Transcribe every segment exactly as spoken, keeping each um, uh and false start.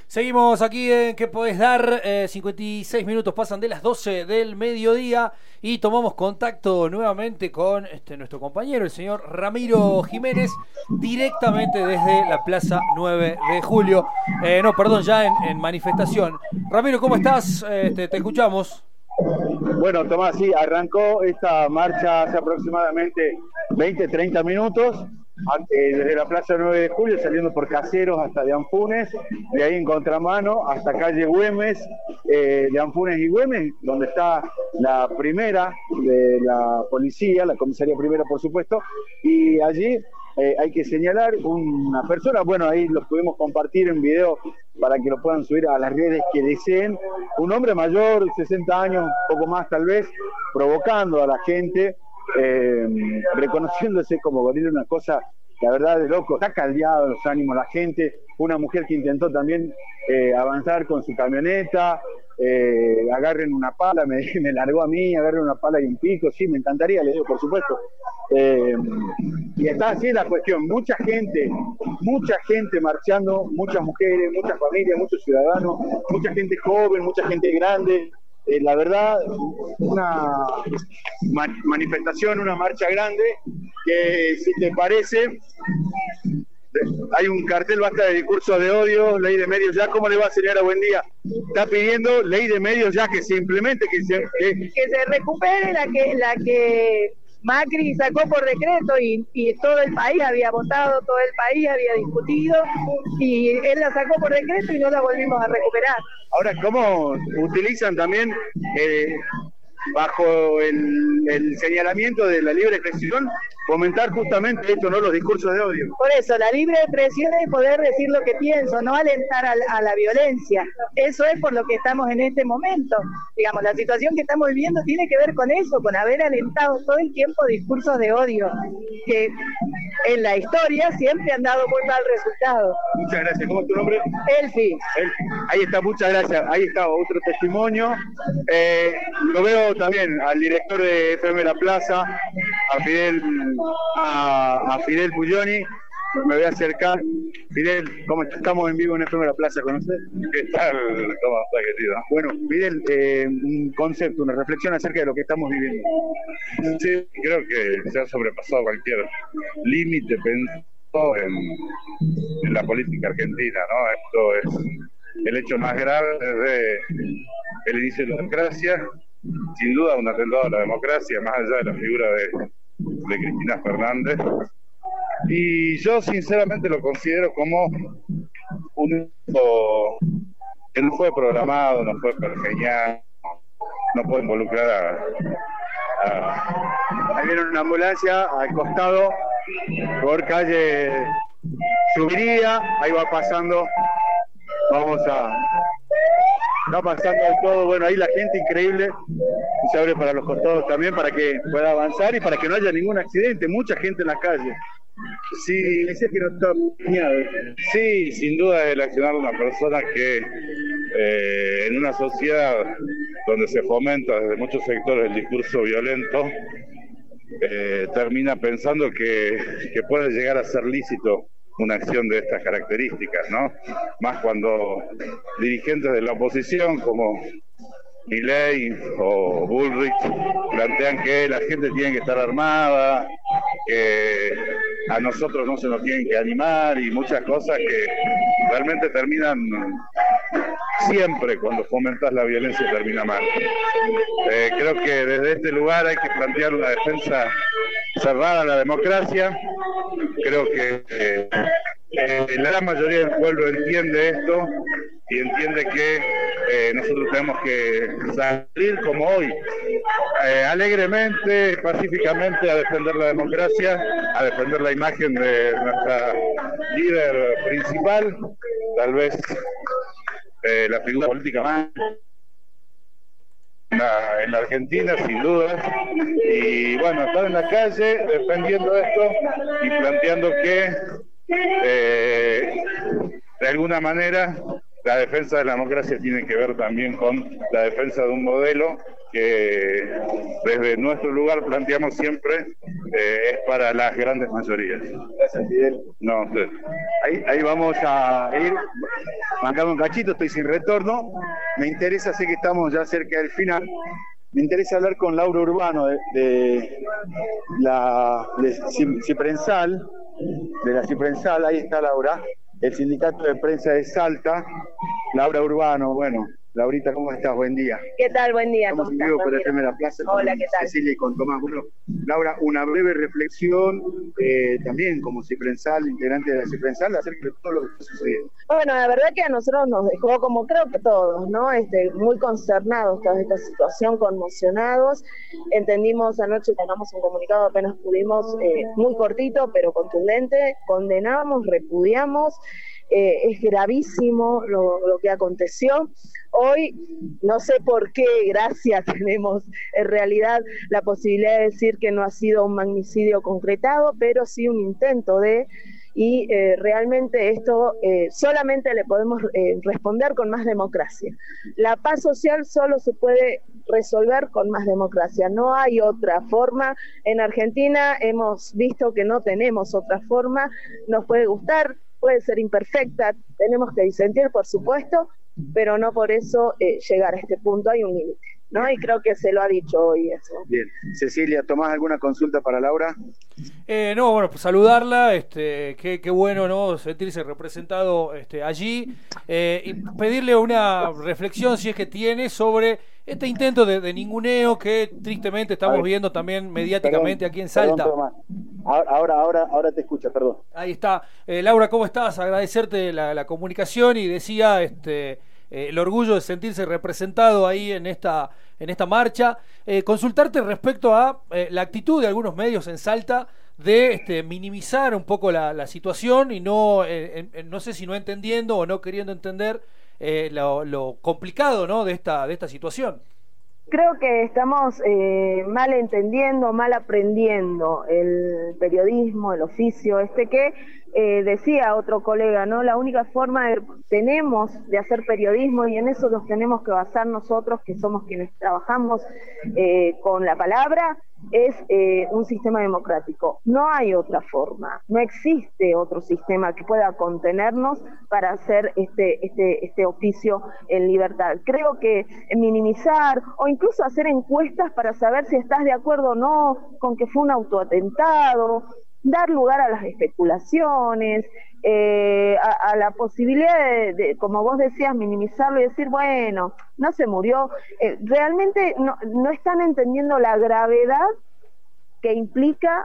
Seguimos aquí en ¿Qué podés dar? Eh, cincuenta y seis minutos pasan de las doce del mediodía y tomamos contacto nuevamente con este, nuestro compañero, el señor Ramiro Jiménez, directamente desde la Plaza nueve de julio. Eh, no, perdón, ya en, en manifestación. Ramiro, ¿cómo estás? Eh, te, te escuchamos. Bueno, Tomás, sí, arrancó esta marcha hace aproximadamente veinte, treinta minutos. Desde la Plaza nueve de julio, saliendo por Caseros hasta de Anfunes, de ahí en contramano hasta calle Güemes, eh, de Anfunes y Güemes, donde está la primera de la policía, la comisaría primera por supuesto, y allí eh, hay que señalar una persona, bueno, ahí lo pudimos compartir en video para que lo puedan subir a las redes que deseen, un hombre mayor, sesenta años, poco más tal vez, provocando a la gente, Eh, reconociéndose como gorila, una cosa, la verdad, de loco. Está caldeado los ánimos la gente. Una mujer que intentó también eh, avanzar con su camioneta, eh, agarren una pala, me, me largó a mí, agarren una pala y un pico, sí, me encantaría, le digo, por supuesto. Eh, y está así la cuestión, mucha gente, mucha gente marchando, muchas mujeres, muchas familias, muchos ciudadanos, mucha gente joven, mucha gente grande. Eh, la verdad, una ma- manifestación, una marcha grande, que si te parece, hay un cartel basta de discursos de odio, ley de medios ya. ¿Cómo le va, señora? Buen día. Está pidiendo ley de medios ya, que se implemente, que se... Que, que se recupere la que la que Macri sacó por decreto y, y todo el país había votado, todo el país había discutido y él la sacó por decreto y no la volvimos a recuperar. Ahora, ¿cómo utilizan también, eh, bajo el, el señalamiento de la libre expresión, fomentar justamente esto, ¿no? Los discursos de odio? Por eso, la libre expresión es poder decir lo que pienso, no alentar a, a la violencia. Eso es por lo que estamos en este momento. Digamos, la situación que estamos viviendo tiene que ver con eso, con haber alentado todo el tiempo discursos de odio, que en la historia siempre han dado muy mal resultado. Muchas gracias. ¿Cómo es tu nombre? Elfi. Elfi. Ahí está, muchas gracias. Ahí está otro testimonio. Eh, lo veo también al director de F M La Plaza, a Fidel, a, a Fidel Puglioni. Me voy a acercar. Fidel, ¿cómo estamos en vivo en F M La Plaza? ¿Conoces? ¿Qué tal? ¿Cómo está, querido? Bueno, Fidel, eh, un concepto, una reflexión acerca de lo que estamos viviendo. Sí, creo que se ha sobrepasado cualquier límite pensado en, en la política argentina, ¿no? Esto es el hecho más grave desde el inicio de la democracia, sin duda un atentado a la democracia, más allá de la figura de, de Cristina Fernández. Y yo sinceramente lo considero como un hecho que no fue programado, no fue pergeñado, no puede involucrar a, a... Ahí viene una ambulancia al costado por calle Subiría, ahí va pasando, vamos a... va pasando de todo, bueno, ahí la gente increíble, se abre para los costados también para que pueda avanzar y para que no haya ningún accidente, mucha gente en la calle. Sí, dice que no está planeado. Sí, sin duda el accionar de una persona que eh, en una sociedad donde se fomenta desde muchos sectores el discurso violento, eh, termina pensando que, que puede llegar a ser lícito una acción de estas características, ¿no? Más cuando dirigentes de la oposición como Milei o Bullrich plantean que la gente tiene que estar armada, que a nosotros no se nos tienen que animar y muchas cosas que realmente terminan, siempre cuando fomentas la violencia termina mal. Eh, creo que desde este lugar hay que plantear una defensa cerrada a la democracia. Creo que eh, eh, la gran mayoría del pueblo entiende esto y entiende que eh, nosotros tenemos que salir como hoy, eh, alegremente, pacíficamente, a defender la democracia, a defender la imagen de nuestra líder principal, tal vez eh, la figura política más en la, en la Argentina, sin duda. Y bueno, estar en la calle defendiendo esto y planteando que eh, de alguna manera la defensa de la democracia tiene que ver también con la defensa de un modelo que desde nuestro lugar planteamos siempre eh, es para las grandes mayorías. Gracias, Fidel. No, usted. Ahí, ahí vamos a ir, bancame un cachito, estoy sin retorno. Me interesa, sé que estamos ya cerca del final, me interesa hablar con Laura Urbano de, de la de Ciprensal, de la Ciprensal, ahí está Laura, el sindicato de prensa de Salta. Laura Urbano, bueno, Laurita, ¿cómo estás? Buen día. ¿Qué tal? Buen día. Estamos en vivo por el tema de la plaza. Hola, ¿qué tal? Cecilia y con Tomás. Bueno, Laura, una breve reflexión, eh, también como Ciprensal, integrante de la Ciprensal, acerca de todo lo que está sucediendo. Bueno, la verdad que a nosotros nos dejó, como creo que todos, ¿no? Este, muy consternados toda esta situación, conmocionados. Entendimos anoche, tenemos un comunicado, apenas pudimos, eh, muy cortito, pero contundente. Condenamos, repudiamos. Eh, es gravísimo lo, lo que aconteció. Hoy, no sé por qué, gracias, tenemos en realidad la posibilidad de decir que no ha sido un magnicidio concretado, pero sí un intento de, y eh, realmente esto eh, solamente le podemos eh, responder con más democracia. La paz social solo se puede resolver con más democracia, no hay otra forma. En Argentina hemos visto que no tenemos otra forma, nos puede gustar, puede ser imperfecta, tenemos que disentir, por supuesto, pero no por eso eh, llegar a este punto, hay un límite, ¿no? Y creo que se lo ha dicho hoy eso. Bien. Cecilia, ¿tomás alguna consulta para Laura? Eh, no, bueno, pues saludarla, este, qué, qué bueno, ¿no? Sentirse representado este, allí, eh, y pedirle una reflexión, si es que tiene, sobre este intento de, de ninguneo que tristemente estamos viendo también mediáticamente perdón, aquí en Salta. Perdón, ahora, ahora, ahora te escucho, perdón. Ahí está. Eh, Laura, ¿cómo estás? Agradecerte la, la comunicación y decía este eh, el orgullo de sentirse representado ahí en esta, en esta marcha. Eh, consultarte respecto a eh, la actitud de algunos medios en Salta de este, minimizar un poco la, la situación y no, eh, en, no sé si no entendiendo o no queriendo entender Eh, lo, lo complicado, ¿no? de esta de esta situación. Creo que estamos eh, mal entendiendo, mal aprendiendo el periodismo, el oficio, este que eh, decía otro colega, ¿no? La única forma que tenemos de hacer periodismo, y en eso nos tenemos que basar nosotros, que somos quienes trabajamos eh, con la palabra, es eh, un sistema democrático. No hay otra forma, no existe otro sistema que pueda contenernos para hacer este, este, este oficio en libertad. Creo que minimizar o incluso hacer encuestas para saber si estás de acuerdo o no con que fue un autoatentado, dar lugar a las especulaciones, eh, a, a la posibilidad de, de, como vos decías, minimizarlo y decir, bueno, no se murió. Eh, realmente no, no están entendiendo la gravedad que implica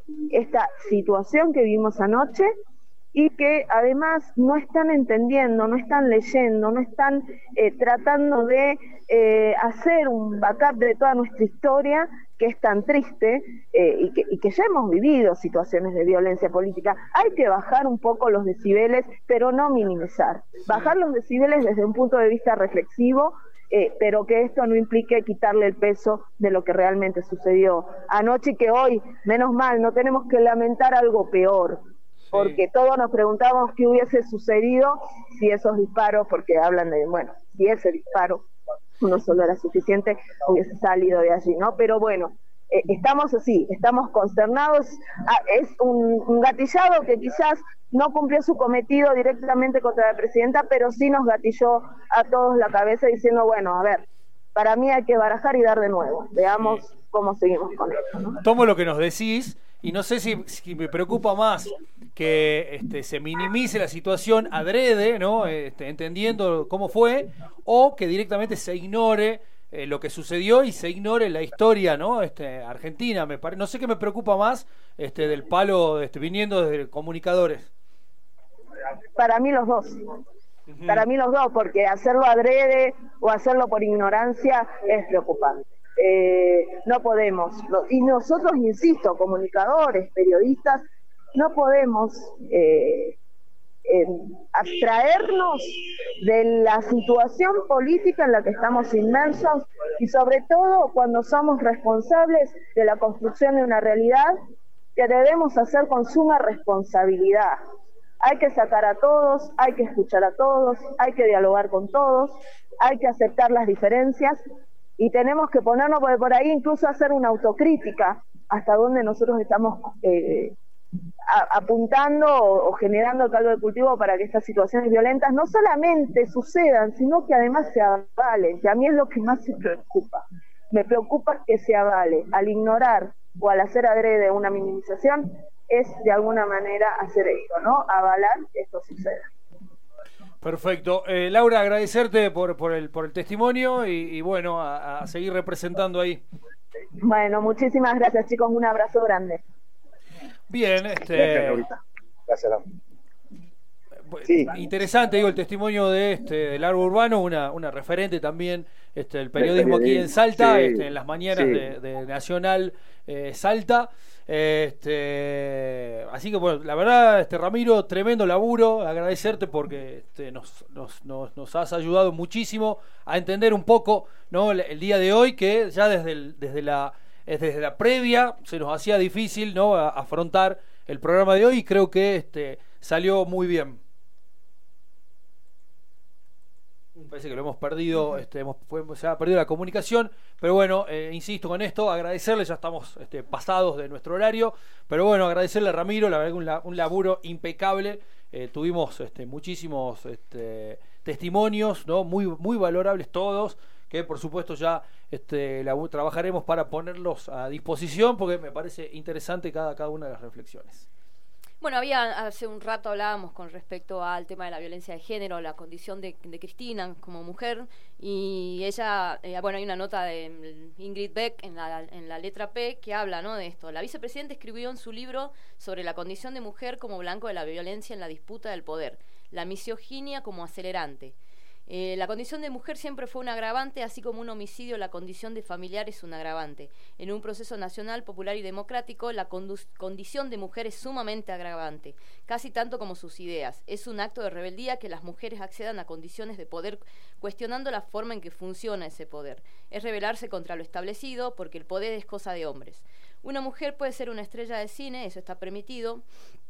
esta situación que vimos anoche, y que además no están entendiendo, no están leyendo, no están eh, tratando de eh, hacer un backup de toda nuestra historia, que es tan triste, eh, y, que, y que ya hemos vivido situaciones de violencia política. Hay que bajar un poco los decibeles, pero no minimizar. Bajar los decibeles desde un punto de vista reflexivo, eh, pero que esto no implique quitarle el peso de lo que realmente sucedió anoche, y que hoy, menos mal, no tenemos que lamentar algo peor, porque sí, todos nos preguntamos qué hubiese sucedido si esos disparos, porque hablan de, bueno, si ese disparo, uno solo era suficiente, hubiese salido de allí, ¿no? Pero bueno, eh, estamos así, estamos consternados. Ah, es un, un gatillado que quizás no cumplió su cometido directamente contra la presidenta, pero sí nos gatilló a todos la cabeza diciendo, bueno, a ver, para mí hay que barajar y dar de nuevo, veamos sí, cómo seguimos con esto, ¿no? Tomo lo que nos decís, y no sé si, si me preocupa más que este, se minimice la situación adrede, ¿no? Este, entendiendo cómo fue, o que directamente se ignore eh, lo que sucedió y se ignore la historia, ¿no? Este, argentina, me pare... no sé qué me preocupa más este, del palo este, viniendo desde comunicadores. Para mí los dos. Uh-huh. Para mí los dos, porque hacerlo adrede o hacerlo por ignorancia es preocupante. Eh, no podemos, y nosotros, insisto, comunicadores, periodistas, no podemos eh, eh, abstraernos de la situación política en la que estamos inmersos, y sobre todo cuando somos responsables de la construcción de una realidad que debemos hacer con suma responsabilidad. Hay que sacar a todos, hay que escuchar a todos, hay que dialogar con todos, hay que aceptar las diferencias, y tenemos que ponernos por, por ahí, incluso hacer una autocrítica hasta dónde nosotros estamos eh, a, apuntando o, o generando el caldo de cultivo para que estas situaciones violentas no solamente sucedan, sino que además se avalen, que a mí es lo que más me preocupa. Me preocupa que se avale. Al ignorar o al hacer adrede una minimización, es de alguna manera hacer esto, ¿no? Avalar que esto suceda. Perfecto. Eh, Laura, agradecerte por, por, el, por el testimonio y, y bueno, a, a seguir representando ahí. Bueno, muchísimas gracias, chicos. Un abrazo grande. Bien, este... Gracias, Laurita. Gracias, Laura. Sí. Interesante, digo, el testimonio de este del Largo Urbano, una, una referente también este, el periodismo aquí en Salta, sí, este, en las mañanas sí. de, de Nacional eh, Salta. Este, así que bueno, la verdad, este Ramiro, tremendo laburo, agradecerte porque este, nos, nos, nos, nos has ayudado muchísimo a entender un poco, ¿no? el, el día de hoy, que ya desde, el, desde, la, desde la previa se nos hacía difícil, ¿no? a, afrontar el programa de hoy, y creo que este, salió muy bien. Parece que lo hemos perdido, este, hemos, fue, se ha perdido la comunicación, pero bueno, eh, insisto con esto, agradecerle, ya estamos este, pasados de nuestro horario, pero bueno, agradecerle a Ramiro, la verdad que un, la, un laburo impecable, eh, tuvimos este, muchísimos este, testimonios, ¿no? muy, muy valorables todos, que por supuesto ya este, la, trabajaremos para ponerlos a disposición, porque me parece interesante cada, cada una de las reflexiones. Bueno, había hace un rato hablábamos con respecto al tema de la violencia de género, la condición de, de Cristina como mujer, y ella, eh, bueno, hay una nota de Ingrid Beck en la, en la letra P que habla, ¿no?, de esto. La vicepresidenta escribió en su libro sobre la condición de mujer como blanco de la violencia en la disputa del poder, la misoginia como acelerante. Eh, la condición de mujer siempre fue un agravante, así como un homicidio, la condición de familiar es un agravante. En un proceso nacional, popular y democrático, la condición de mujer es sumamente agravante, casi tanto como sus ideas. Es un acto de rebeldía que las mujeres accedan a condiciones de poder cuestionando la forma en que funciona ese poder. Es rebelarse contra lo establecido, porque el poder es cosa de hombres. Una mujer puede ser una estrella de cine, eso está permitido.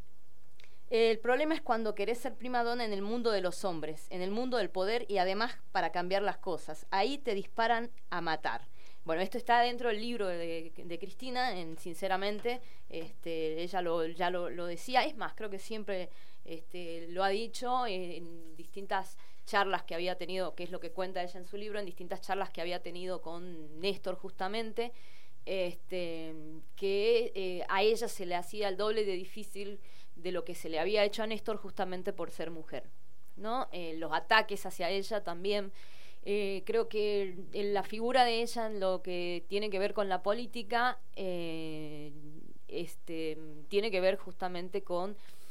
El problema es cuando querés ser primadona en el mundo de los hombres, en el mundo del poder y además para cambiar las cosas. Ahí te disparan a matar. Bueno, esto está dentro del libro de, de Cristina, en, sinceramente, este, ella lo, ya lo, lo decía. Es más, creo que siempre este, lo ha dicho en distintas charlas que había tenido, que es lo que cuenta ella en su libro, en distintas charlas que había tenido con Néstor justamente, este, que eh, a ella se le hacía el doble de difícil de lo que se le había hecho a Néstor justamente por ser mujer, ¿no? Eh, los ataques hacia ella también. Eh, creo que en la figura de ella en lo que tiene que ver con la política eh, este, tiene que ver justamente con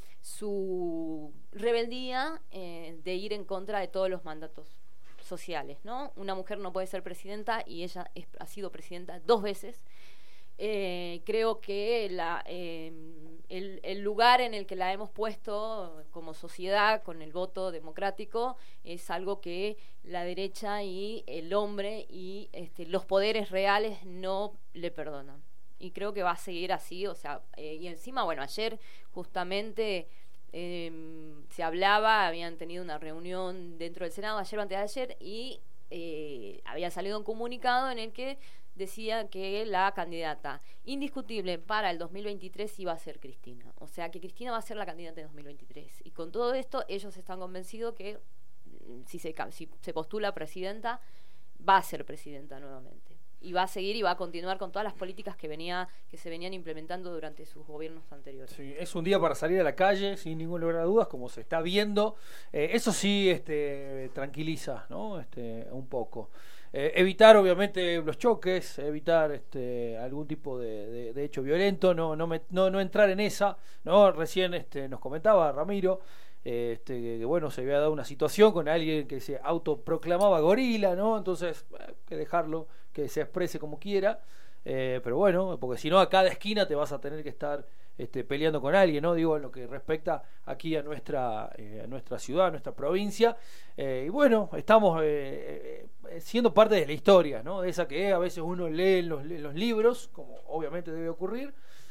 su rebeldía eh, de ir en contra de todos los mandatos sociales, ¿no? Una mujer no puede ser presidenta y ella es, ha sido presidenta dos veces. Eh, creo que la, eh, el, el lugar en el que la hemos puesto como sociedad con el voto democrático es algo que la derecha y el hombre y este, los poderes reales no le perdonan, y creo que va a seguir así. O sea, eh, y encima, bueno, ayer justamente eh, se hablaba, habían tenido una reunión dentro del Senado ayer o antes de ayer y eh, había salido un comunicado en el que decía que la candidata indiscutible para el dos mil veintitrés iba a ser Cristina. O sea, que Cristina va a ser la candidata de dos mil veintitrés. Y con todo esto, ellos están convencidos que si se, si se postula presidenta, va a ser presidenta nuevamente. Y va a seguir y va a continuar con todas las políticas que venía que se venían implementando durante sus gobiernos anteriores. Sí, es un día para salir a la calle, sin ningún lugar a dudas, como se está viendo. Eh, eso sí este, tranquiliza, ¿no? Este, un poco. Eh, evitar obviamente los choques, evitar este, algún tipo de, de, de hecho violento, no, no, me, no, no entrar en esa, ¿no? Recién este, nos comentaba Ramiro eh, este, que, que bueno, se había dado una situación con alguien que se autoproclamaba gorila, ¿no? Entonces hay que dejarlo que se exprese como quiera, eh, pero bueno, porque si no a cada esquina te vas a tener que estar este, peleando con alguien, ¿no? Digo, en lo que respecta aquí a nuestra, eh, a nuestra ciudad, a nuestra provincia, eh, y bueno, estamos eh, eh, siendo parte de la historia, ¿no? De esa que a veces uno lee en los, en los libros, como obviamente debe ocurrir,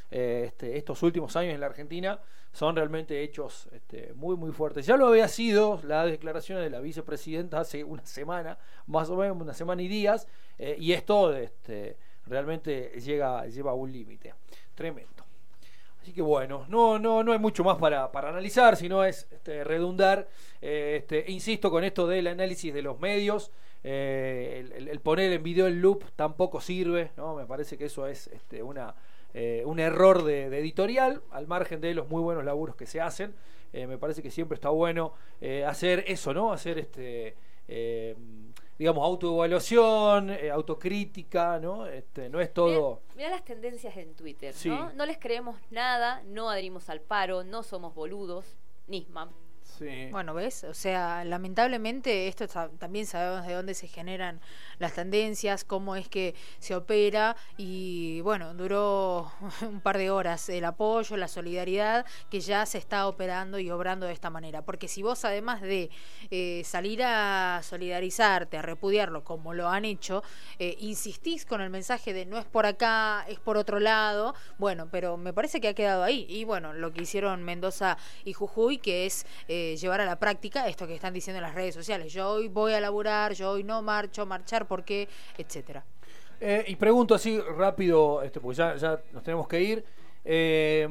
eh, este, estos últimos años en la Argentina son realmente hechos este, muy muy fuertes. Ya lo había sido las declaraciones de la vicepresidenta hace una semana, más o menos una semana y días, eh, y esto este, realmente llega, lleva a un límite tremendo. Así que bueno, no, no, no hay mucho más para, para analizar, sino es este, redundar, eh, este, insisto con esto del análisis de los medios, eh, el, el, el poner en video el loop tampoco sirve, ¿no? Me parece que eso es este, una, eh, un error de, de editorial, al margen de los muy buenos laburos que se hacen, eh, me parece que siempre está bueno eh, hacer eso, ¿no? Hacer este... Eh, digamos, autoevaluación, eh, autocrítica, ¿no? Este, no es todo... Mirá, mirá las tendencias en Twitter, sí. ¿no? No les creemos nada, no adherimos al paro, no somos boludos, Nisman. Sí. Bueno, ¿ves? O sea, lamentablemente esto está, también sabemos de dónde se generan las tendencias, cómo es que se opera y bueno, duró un par de horas el apoyo, la solidaridad, que ya se está operando y obrando de esta manera. Porque si vos además de eh, salir a solidarizarte, a repudiarlo como lo han hecho, eh, insistís con el mensaje de no es por acá, es por otro lado, bueno, pero me parece que ha quedado ahí. Y bueno, lo que hicieron Mendoza y Jujuy, que es... Eh, llevar a la práctica esto que están diciendo en las redes sociales. Yo hoy voy a laburar, yo hoy no marcho, marchar, ¿por qué? Etcétera. Eh, y pregunto así rápido, este, porque ya, ya nos tenemos que ir. Eh,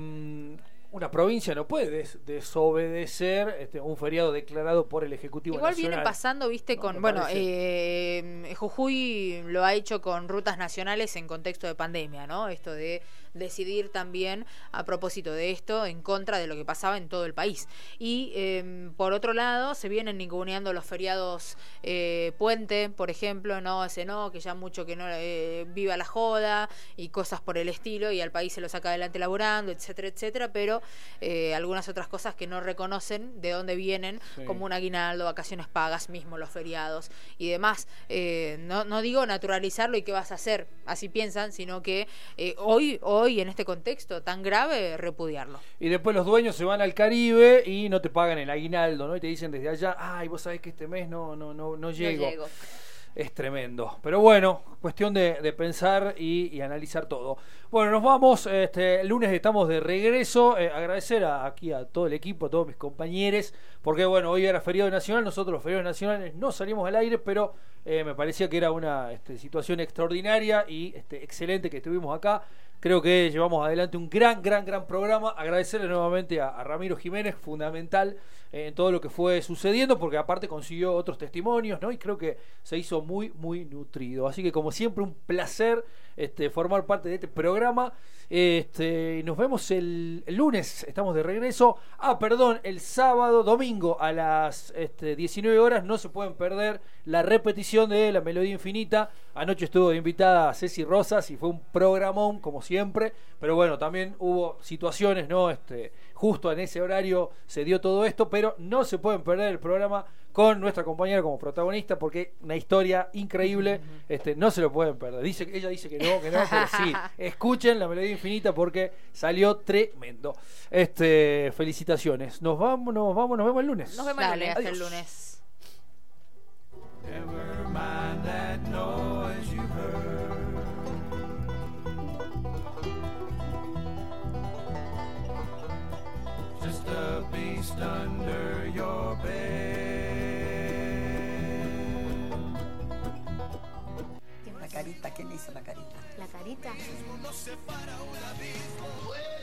una provincia no puede des desobedecer este, un feriado declarado por el Ejecutivo Igual Nacional. Viene pasando, viste, no, con... Bueno, eh, eh, Jujuy lo ha hecho con rutas nacionales en contexto de pandemia, ¿no? Esto de decidir también a propósito de esto en contra de lo que pasaba en todo el país. Y eh, por otro lado se vienen ninguneando los feriados eh, puente, por ejemplo, no, ese no, que ya mucho que no eh, viva la joda y cosas por el estilo, y al país se lo saca adelante laburando, etcétera, etcétera, pero eh, algunas otras cosas que no reconocen de dónde vienen, sí. Como un aguinaldo, vacaciones pagas, mismo los feriados y demás. Eh, no, no digo naturalizarlo y qué vas a hacer, así piensan, sino que eh, hoy, hoy Hoy en este contexto tan grave, repudiarlo. Y después los dueños se van al Caribe y no te pagan el aguinaldo, ¿no? Y te dicen desde allá, ay, vos sabés que este mes no, no, no, no llego. No llego. Es tremendo. Pero bueno, cuestión de, de pensar y, y analizar todo. Bueno, nos vamos. Este, el lunes estamos de regreso. Eh, agradecer a, aquí a todo el equipo, a todos mis compañeros, porque bueno, hoy era feriado nacional. Nosotros los feriados nacionales no salimos al aire, pero eh, me parecía que era una este, situación extraordinaria y este, excelente que estuvimos acá. Creo que llevamos adelante un gran, gran, gran programa. Agradecerle nuevamente a, a Ramiro Jiménez, fundamental eh, en todo lo que fue sucediendo, porque aparte consiguió otros testimonios, ¿no? Y creo que se hizo muy, muy nutrido. Así que como siempre, un placer este, formar parte de este programa. Este, nos vemos el, el lunes, estamos de regreso. Ah, perdón, el sábado, domingo a las este, diecinueve horas no se pueden perder la repetición de La Melodía Infinita. Anoche estuvo de invitada Ceci Rosas y fue un programón como siempre, pero bueno, también hubo situaciones, ¿no? Este, justo en ese horario se dio todo esto, pero no se pueden perder el programa con nuestra compañera como protagonista, porque una historia increíble, este, no se lo pueden perder. Dice, ella dice que no, que no, pero sí, escuchen La Melodía Infinita porque salió tremendo. Este, felicitaciones. Nos vamos, nos vamos, nos vemos el lunes. Nos vemos el lunes. Hasta el lunes. Never mind that noise you heard. Just a beast under your bed. La carita, ¿quién le hizo la carita? La carita. No se para un abismo.